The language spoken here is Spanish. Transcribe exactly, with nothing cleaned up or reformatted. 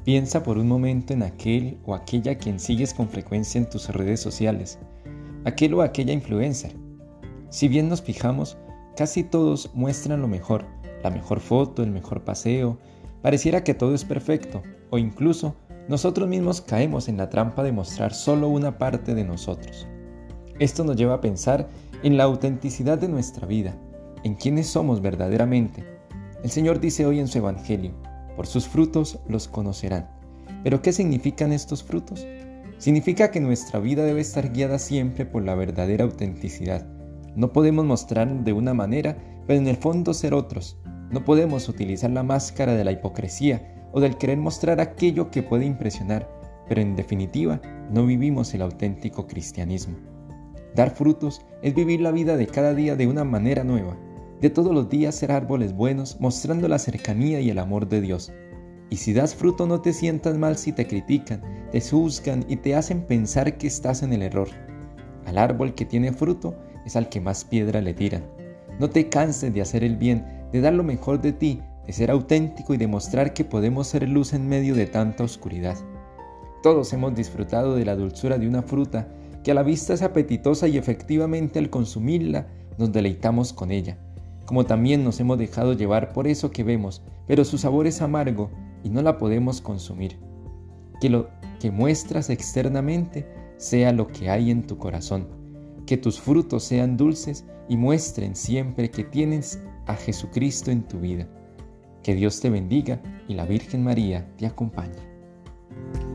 Piensa por un momento en aquel o aquella a quien sigues con frecuencia en tus redes sociales, aquel o aquella influencer. Si bien nos fijamos, casi todos muestran lo mejor, la mejor foto, el mejor paseo, pareciera que todo es perfecto, o incluso nosotros mismos caemos en la trampa de mostrar solo una parte de nosotros. Esto nos lleva a pensar en la autenticidad de nuestra vida, en quiénes somos verdaderamente. El Señor dice hoy en su Evangelio: por sus frutos los conocerán. ¿Pero qué significan estos frutos? Significa que nuestra vida debe estar guiada siempre por la verdadera autenticidad. No podemos mostrar de una manera, pero en el fondo ser otros. No podemos utilizar la máscara de la hipocresía o del querer mostrar aquello que puede impresionar, pero en definitiva no vivimos el auténtico cristianismo. Dar frutos es vivir la vida de cada día de una manera nueva. De todos los días ser árboles buenos, mostrando la cercanía y el amor de Dios. Y si das fruto, no te sientas mal si te critican, te juzgan y te hacen pensar que estás en el error. Al árbol que tiene fruto es al que más piedra le tiran. No te canses de hacer el bien, de dar lo mejor de ti, de ser auténtico y demostrar que podemos ser luz en medio de tanta oscuridad. Todos hemos disfrutado de la dulzura de una fruta que a la vista es apetitosa y efectivamente al consumirla nos deleitamos con ella. Como también nos hemos dejado llevar por eso que vemos, pero su sabor es amargo y no la podemos consumir. Que lo que muestras externamente sea lo que hay en tu corazón. Que tus frutos sean dulces y muestren siempre que tienes a Jesucristo en tu vida. Que Dios te bendiga y la Virgen María te acompañe.